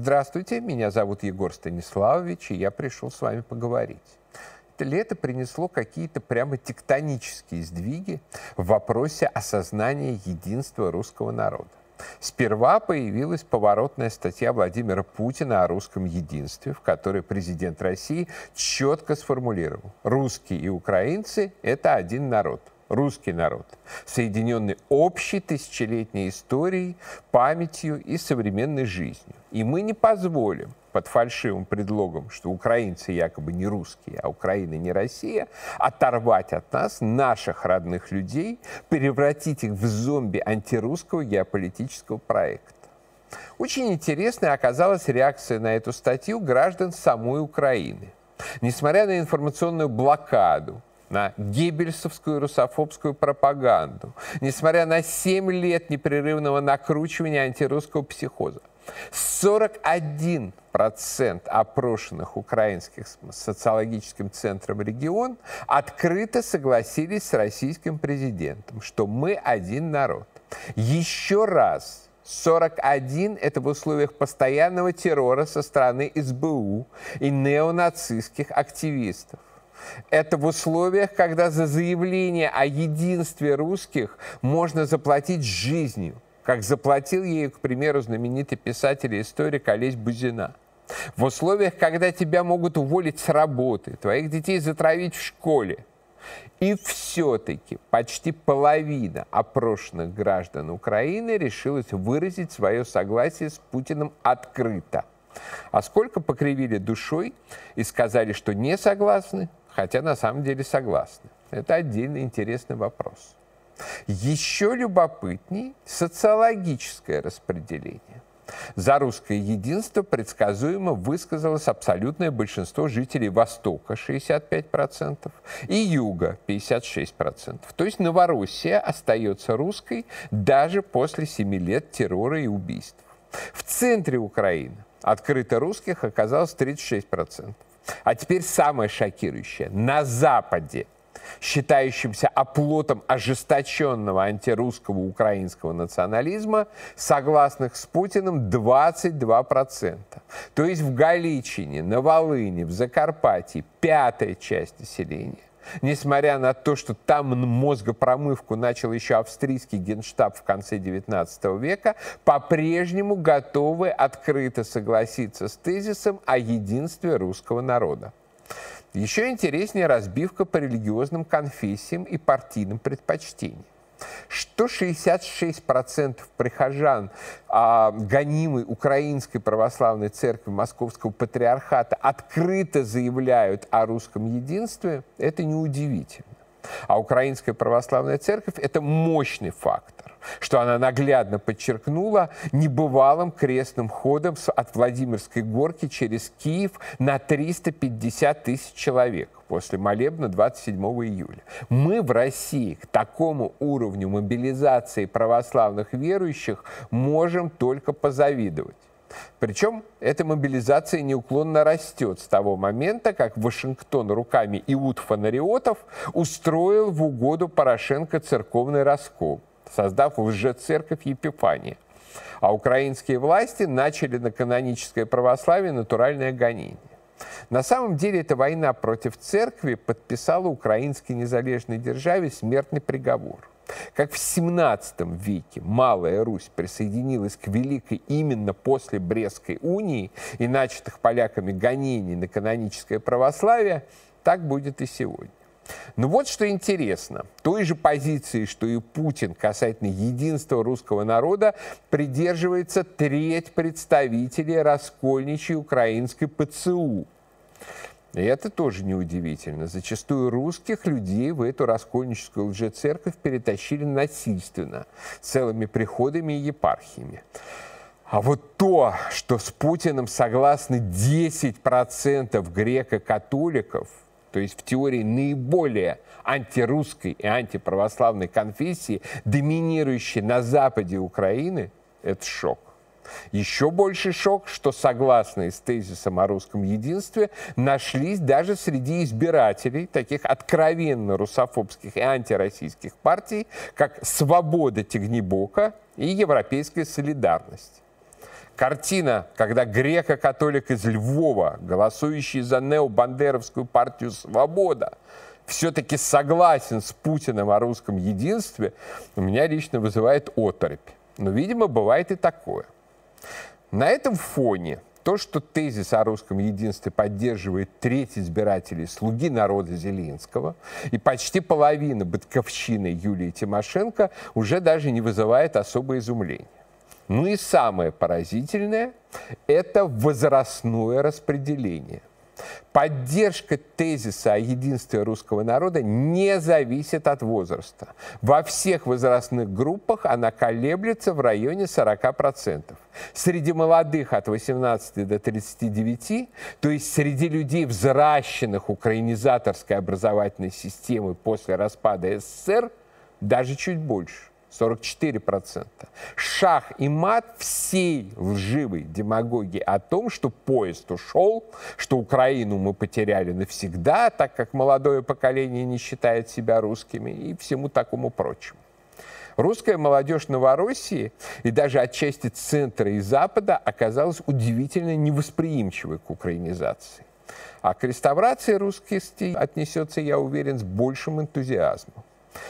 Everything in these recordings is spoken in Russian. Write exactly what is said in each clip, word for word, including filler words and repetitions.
Здравствуйте, меня зовут Егор Станиславович, и я пришел с вами поговорить. Это лето принесло какие-то прямо тектонические сдвиги в вопросе осознания единства русского народа. Сперва появилась поворотная статья Владимира Путина о русском единстве, в которой президент России четко сформулировал: русские и украинцы – это один народ. Русский народ, соединенный общей тысячелетней историей, памятью и современной жизнью. И мы не позволим под фальшивым предлогом, что украинцы якобы не русские, а Украина не Россия, оторвать от нас наших родных людей, превратить их в зомби антирусского геополитического проекта. Очень интересной оказалась реакция на эту статью граждан самой Украины. Несмотря на информационную блокаду, на геббельсовскую русофобскую пропаганду, несмотря на семь лет непрерывного накручивания антирусского психоза, сорок один процент опрошенных украинских социологическим центром регион открыто согласились с российским президентом, что мы один народ. Еще раз, сорок один – это в условиях постоянного террора со стороны эс бэ у и неонацистских активистов. Это в условиях, когда за заявление о единстве русских можно заплатить жизнью, как заплатил ей, к примеру, знаменитый писатель и историк Олесь Бузина. В условиях, когда тебя могут уволить с работы, твоих детей затравить в школе. И все-таки почти половина опрошенных граждан Украины решилась выразить свое согласие с Путиным открыто. А сколько покривили душой и сказали, что не согласны, хотя на самом деле согласны. Это отдельно интересный вопрос. Еще любопытней социологическое распределение. За русское единство предсказуемо высказалось абсолютное большинство жителей Востока, шестьдесят пять процентов, и Юга, пятьдесят шесть процентов. То есть Новороссия остается русской даже после семи лет террора и убийств. В центре Украины открыто русских оказалось тридцать шесть процентов. А теперь самое шокирующее. На Западе, считающимся оплотом ожесточенного антирусского украинского национализма, согласных с Путиным двадцать два процента. То есть в Галичине, на Волыни, в Закарпатье пятая часть населения. Несмотря на то, что там мозгопромывку начал еще австрийский генштаб в конце девятнадцатого века, по-прежнему готовы открыто согласиться с тезисом о единстве русского народа. Еще интереснее разбивка по религиозным конфессиям и партийным предпочтениям. Что шестьдесят шесть процентов прихожан а, гонимой Украинской православной церкви Московского патриархата открыто заявляют о русском единстве, это неудивительно. А Украинская православная церковь – это мощный фактор, что она наглядно подчеркнула небывалым крестным ходом от Владимирской горки через Киев на триста пятьдесят тысяч человек после молебна двадцать седьмого июля. Мы в России к такому уровню мобилизации православных верующих можем только позавидовать. Причем эта мобилизация неуклонно растет с того момента, как Вашингтон руками иуд-фонариотов устроил в угоду Порошенко церковный раскол, создав лжецерковь Епифания. А украинские власти начали на каноническое православие натуральное гонение. На самом деле эта война против церкви подписала украинской незалежной державе смертный приговор. Как в семнадцатом веке Малая Русь присоединилась к Великой именно после Брестской унии и начатых поляками гонений на каноническое православие, так будет и сегодня. Но вот что интересно. Той же позиции, что и Путин касательно единства русского народа, придерживается треть представителей раскольничьей украинской пэ цэ у. И это тоже неудивительно. Зачастую русских людей в эту раскольническую лжецерковь перетащили насильственно, целыми приходами и епархиями. А вот то, что с Путиным согласны десять процентов греко-католиков, то есть в теории наиболее антирусской и антиправославной конфессии, доминирующей на западе Украины, это шок. Еще больше шок, что согласные с тезисом о русском единстве нашлись даже среди избирателей таких откровенно русофобских и антироссийских партий, как «Свобода Тягнебока» и «Европейская солидарность». Картина, когда греко-католик из Львова, голосующий за необандеровскую партию «Свобода», все-таки согласен с Путиным о русском единстве, у меня лично вызывает оторопь. Но, видимо, бывает и такое. На этом фоне то, что тезис о русском единстве поддерживает треть избирателей «Слуги народа» Зеленского и почти половина батьковщины Юлии Тимошенко, уже даже не вызывает особого изумления. Ну и самое поразительное – это возрастное распределение. Поддержка тезиса о единстве русского народа не зависит от возраста. Во всех возрастных группах она колеблется в районе сорока процентов. Среди молодых от восемнадцати до тридцати девяти, то есть среди людей, взращенных украинизаторской образовательной системой после распада СССР, даже чуть больше. сорок четыре процента. Шах и мат всей лживой демагогии о том, что поезд ушел, что Украину мы потеряли навсегда, так как молодое поколение не считает себя русскими и всему такому прочему. Русская молодежь Новороссии и даже отчасти центра и запада оказалась удивительно невосприимчивой к украинизации. А к реставрации русскости отнесется, я уверен, с большим энтузиазмом.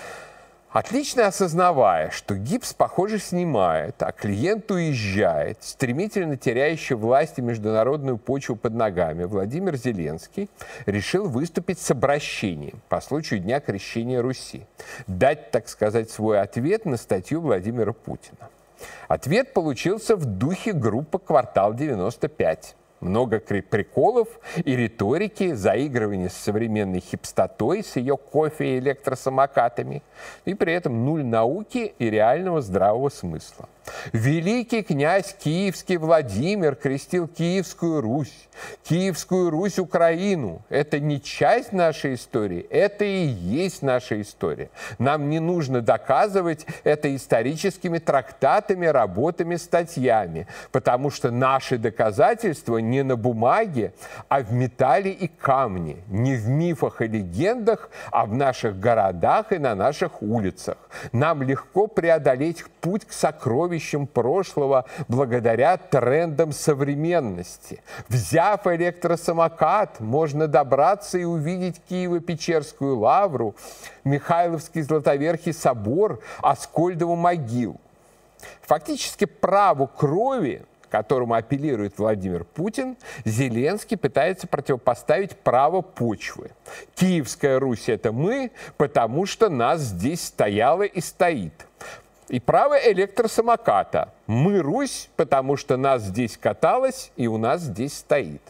Отлично осознавая, что гипс, похоже, снимает, а клиент уезжает, стремительно теряющий власть и международную почву под ногами, Владимир Зеленский решил выступить с обращением по случаю Дня Крещения Руси, дать, так сказать, свой ответ на статью Владимира Путина. Ответ получился в духе группы «Квартал девяносто пять». Много приколов и риторики, заигрывания с современной хипстотой, с ее кофе и электросамокатами, и при этом нуль науки и реального здравого смысла. Великий князь Киевский Владимир крестил Киевскую Русь, Киевскую Русь Украину. Это не часть нашей истории, это и есть наша история. Нам не нужно доказывать это историческими трактатами, работами, статьями, потому что наши доказательства не на бумаге, а в металле и камне, не в мифах и легендах, а в наших городах и на наших улицах. Нам легко преодолеть путь к сокровищам прошлого благодаря трендам современности. Взяв электросамокат, можно добраться и увидеть Киево-Печерскую лавру, Михайловский Златоверхий собор, Аскольдову могилу. Фактически праву крови, к которому апеллирует Владимир Путин, Зеленский пытается противопоставить право почвы. Киевская Русь – это мы, потому что нас здесь стояло и стоит. И право электросамоката. Мы Русь, потому что нас здесь каталось и у нас здесь стоит.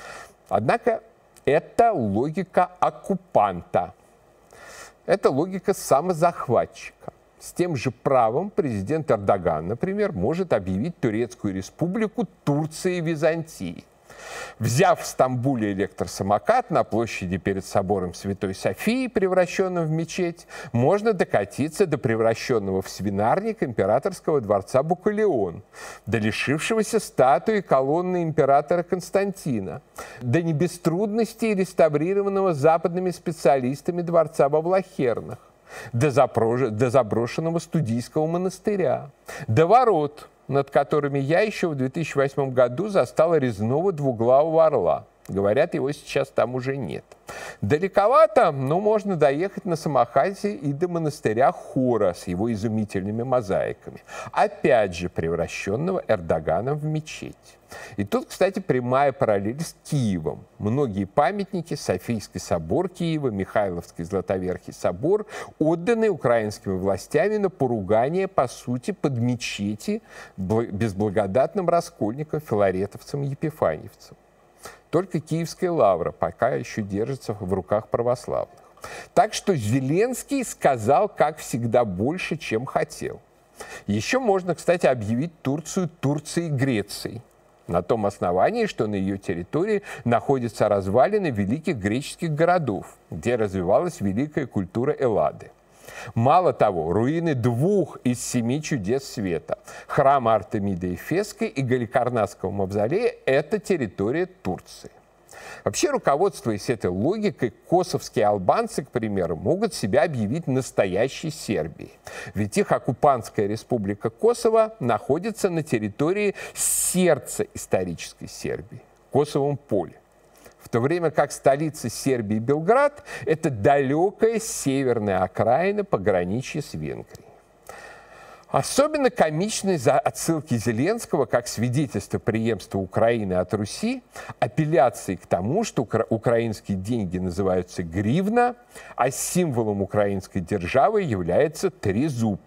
Однако это логика оккупанта. Это логика самозахватчика. С тем же правом президент Эрдоган, например, может объявить Турецкую республику Турцией Византии. Взяв в Стамбуле электросамокат на площади перед собором Святой Софии, превращенным в мечеть, можно докатиться до превращенного в свинарник императорского дворца Букалеон, до лишившегося статуи колонны императора Константина, до не без трудностей реставрированного западными специалистами дворца во Влахернах, до, запро... до заброшенного студийского монастыря, до ворот, над которыми я еще в две тысячи восьмом году застал резного двуглавого орла. Говорят, его сейчас там уже нет. Далековато, но можно доехать на самокате и до монастыря Хора с его изумительными мозаиками. Опять же, превращенного Эрдоганом в мечеть. И тут, кстати, прямая параллель с Киевом. Многие памятники, Софийский собор Киева, Михайловский Златоверхий собор, отданы украинскими властями на поругание, по сути, под мечети безблагодатным раскольникам, филаретовцам и епифаньевцам. Только Киевская лавра пока еще держится в руках православных. Так что Зеленский сказал, как всегда, больше, чем хотел. Еще можно, кстати, объявить Турцию Турцией Грецией. На том основании, что на ее территории находятся развалины великих греческих городов, где развивалась великая культура Эллады. Мало того, руины двух из семи чудес света – храма Артемиды Эфесской и Галикарнасского мавзолея – это территория Турции. Вообще, руководствуясь этой логикой, косовские албанцы, к примеру, могут себя объявить настоящей Сербией. Ведь их оккупантская республика Косово находится на территории сердца исторической Сербии, Косовом поле. В то время как столица Сербии Белград – это далекая северная окраина пограничья с Венгрией. Особенно комичны за отсылки Зеленского, как свидетельство преемства Украины от Руси, апелляции к тому, что укра- украинские деньги называются гривна, а символом украинской державы является трезуб.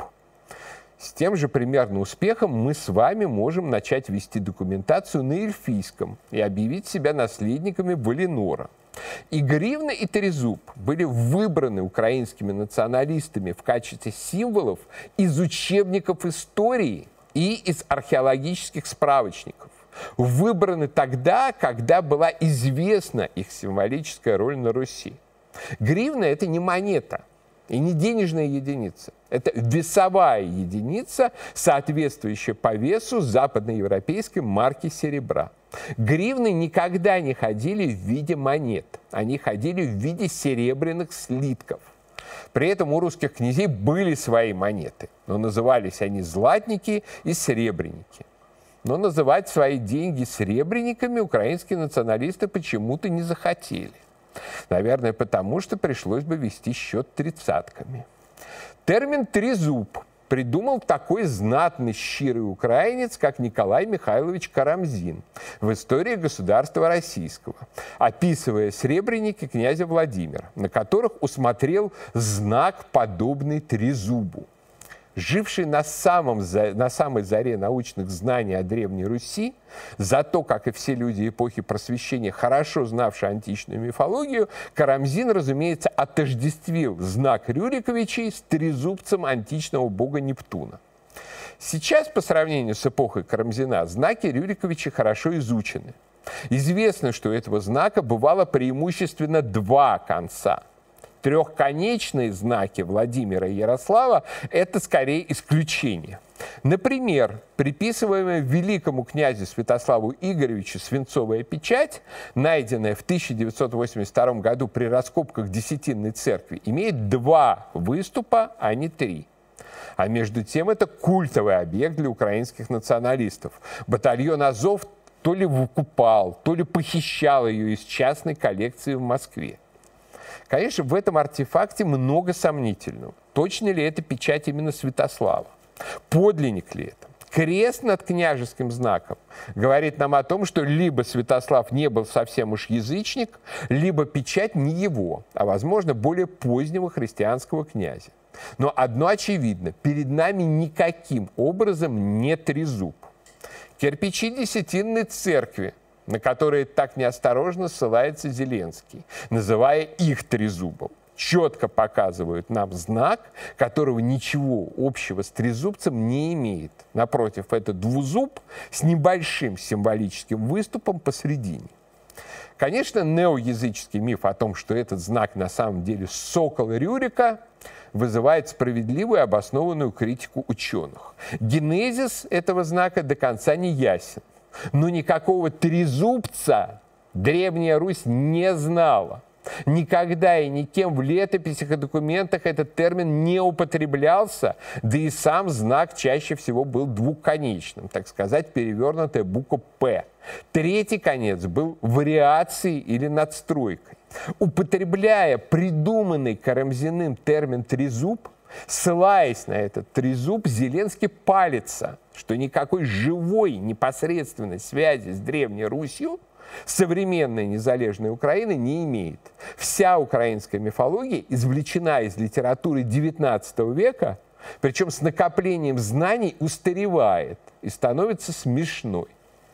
С тем же примерно успехом мы с вами можем начать вести документацию на эльфийском и объявить себя наследниками Валинора. И гривна, и трезуб были выбраны украинскими националистами в качестве символов из учебников истории и из археологических справочников. Выбраны тогда, когда была известна их символическая роль на Руси. Гривна – это не монета и не денежная единица. Это весовая единица, соответствующая по весу западноевропейской марки серебра. Гривны никогда не ходили в виде монет, они ходили в виде серебряных слитков. При этом у русских князей были свои монеты, но назывались они златники и сребреники. Но называть свои деньги сребрениками украинские националисты почему-то не захотели. Наверное, потому что пришлось бы вести счет тридцатками. Термин «трезуб» придумал такой знатный щирый украинец, как Николай Михайлович Карамзин в истории государства российского, описывая сребреники князя Владимира, на которых усмотрел знак, подобный трезубу. Живший на, самом, на самой заре научных знаний о Древней Руси, зато, как и все люди эпохи Просвещения, хорошо знавший античную мифологию, Карамзин, разумеется, отождествил знак Рюриковичей с трезубцем античного бога Нептуна. Сейчас, по сравнению с эпохой Карамзина, знаки Рюриковичей хорошо изучены. Известно, что у этого знака бывало преимущественно два конца. Трехконечные знаки Владимира и Ярослава – это скорее исключение. Например, приписываемая великому князю Святославу Игоревичу свинцовая печать, найденная в тысяча девятьсот восемьдесят втором году при раскопках Десятинной церкви, имеет два выступа, а не три. А между тем это культовый объект для украинских националистов. Батальон «Азов» то ли выкупал, то ли похищал ее из частной коллекции в Москве. Конечно, в этом артефакте много сомнительного. Точно ли это печать именно Святослава? Подлинник ли это? Крест над княжеским знаком говорит нам о том, что либо Святослав не был совсем уж язычник, либо печать не его, а, возможно, более позднего христианского князя. Но одно очевидно, перед нами никаким образом не трезуб. Кирпичи Десятинной церкви, на которые так неосторожно ссылается Зеленский, называя их трезубом, четко показывают нам знак, которого ничего общего с трезубцем не имеет. Напротив, это двузуб с небольшим символическим выступом посредине. Конечно, неоязыческий миф о том, что этот знак на самом деле сокол Рюрика, вызывает справедливую и обоснованную критику ученых. Генезис этого знака до конца не ясен. Но никакого трезубца Древняя Русь не знала. Никогда и никем в летописях и документах этот термин не употреблялся, да и сам знак чаще всего был двуконечным, так сказать, перевернутая буква «П». Третий конец был вариацией или надстройкой. Употребляя придуманный Карамзиным термин «трезуб», ссылаясь на этот трезуб, Зеленский палится, что никакой живой непосредственной связи с Древней Русью современная незалежная Украина не имеет. Вся украинская мифология извлечена из литературы девятнадцатого века, причем с накоплением знаний устаревает и становится смешной.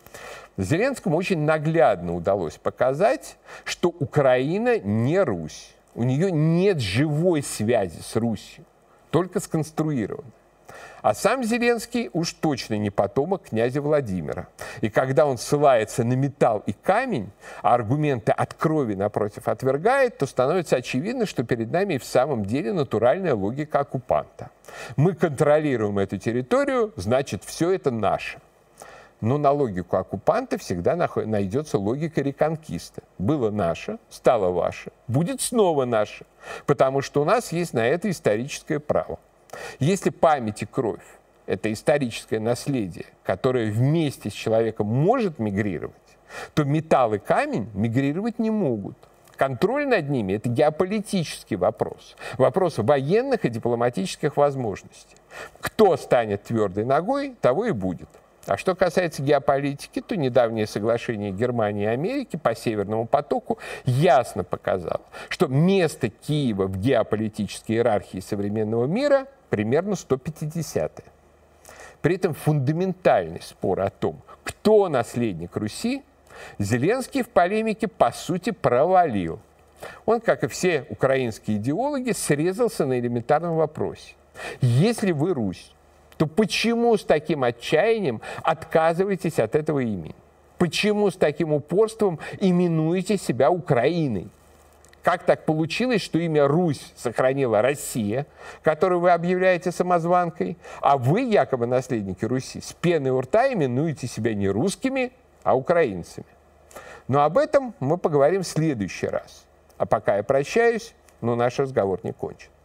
Зеленскому очень наглядно удалось показать, что Украина не Русь. У нее нет живой связи с Русью, только сконструированной. А сам Зеленский уж точно не потомок князя Владимира. И когда он ссылается на металл и камень, а аргументы от крови напротив отвергает, то становится очевидно, что перед нами и в самом деле натуральная логика оккупанта. Мы контролируем эту территорию, значит, все это наше. Но на логику оккупанта всегда найдется логика реконкиста. Было наше, стало ваше, будет снова наше, потому что у нас есть на это историческое право. Если память и кровь – это историческое наследие, которое вместе с человеком может мигрировать, то металл и камень мигрировать не могут. Контроль над ними – это геополитический вопрос. Вопрос военных и дипломатических возможностей. Кто станет твердой ногой, того и будет. А что касается геополитики, то недавнее соглашение Германии и Америки по Северному потоку ясно показало, что место Киева в геополитической иерархии современного мира примерно сто пятидесятое. При этом фундаментальный спор о том, кто наследник Руси, Зеленский в полемике, по сути, провалил. Он, как и все украинские идеологи, срезался на элементарном вопросе. Если вы Русь, то почему с таким отчаянием отказываетесь от этого имени? Почему с таким упорством именуете себя Украиной? Как так получилось, что имя Русь сохранила Россия, которую вы объявляете самозванкой, а вы, якобы наследники Руси, с пеной у рта именуете себя не русскими, а украинцами? Но об этом мы поговорим в следующий раз. А пока я прощаюсь, но наш разговор не кончен.